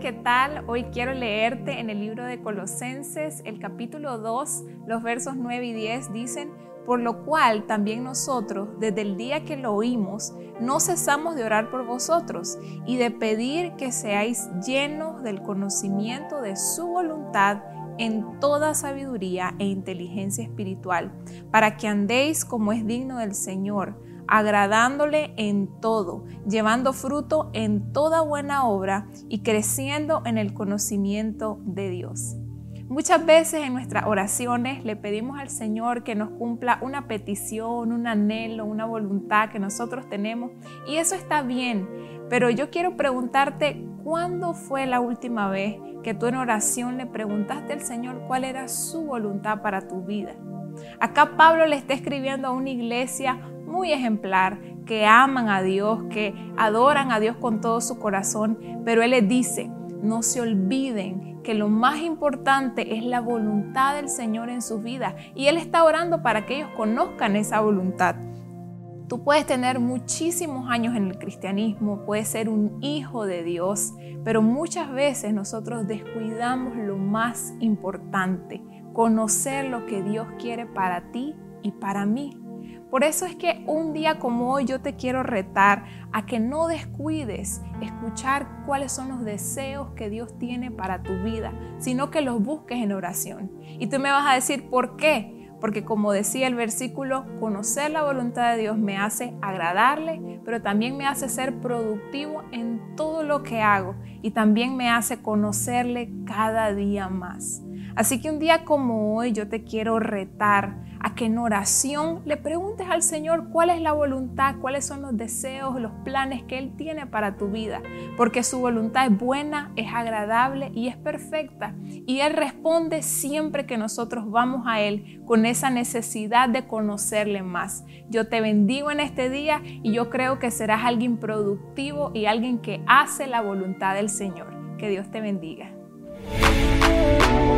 ¿qué tal? Hoy quiero leerte en el libro de Colosenses, el capítulo 2, los versos 9 y 10 dicen: por lo cual también nosotros, desde el día que lo oímos, no cesamos de orar por vosotros y de pedir que seáis llenos del conocimiento de su voluntad en toda sabiduría e inteligencia espiritual, para que andéis como es digno del Señor, agradándole en todo, llevando fruto en toda buena obra y creciendo en el conocimiento de Dios. Muchas veces en nuestras oraciones le pedimos al Señor que nos cumpla una petición, un anhelo, una voluntad que nosotros tenemos, y eso está bien, pero yo quiero preguntarte, ¿cuándo fue la última vez que tú en oración le preguntaste al Señor cuál era su voluntad para tu vida? Acá Pablo le está escribiendo a una iglesia muy ejemplar, que aman a Dios, que adoran a Dios con todo su corazón, pero él les dice: no se olviden que lo más importante es la voluntad del Señor en sus vidas, y él está orando para que ellos conozcan esa voluntad. Tú puedes tener muchísimos años en el cristianismo, puedes ser un hijo de Dios, pero muchas veces nosotros descuidamos lo más importante: conocer lo que Dios quiere para ti y para mí. Por eso es que un día como hoy yo te quiero retar a que no descuides escuchar cuáles son los deseos que Dios tiene para tu vida, sino que los busques en oración. Y tú me vas a decir, ¿por qué? Porque como decía el versículo, conocer la voluntad de Dios me hace agradarle, pero también me hace ser productivo en todo lo que hago y también me hace conocerle cada día más. Así que un día como hoy yo te quiero retar a que en oración le preguntes al Señor cuál es la voluntad, cuáles son los deseos, los planes que Él tiene para tu vida, porque su voluntad es buena, es agradable y es perfecta, y Él responde siempre que nosotros vamos a Él con esa necesidad de conocerle más. Yo te bendigo en este día y yo creo que serás alguien productivo y alguien que hace la voluntad del Señor. Que Dios te bendiga.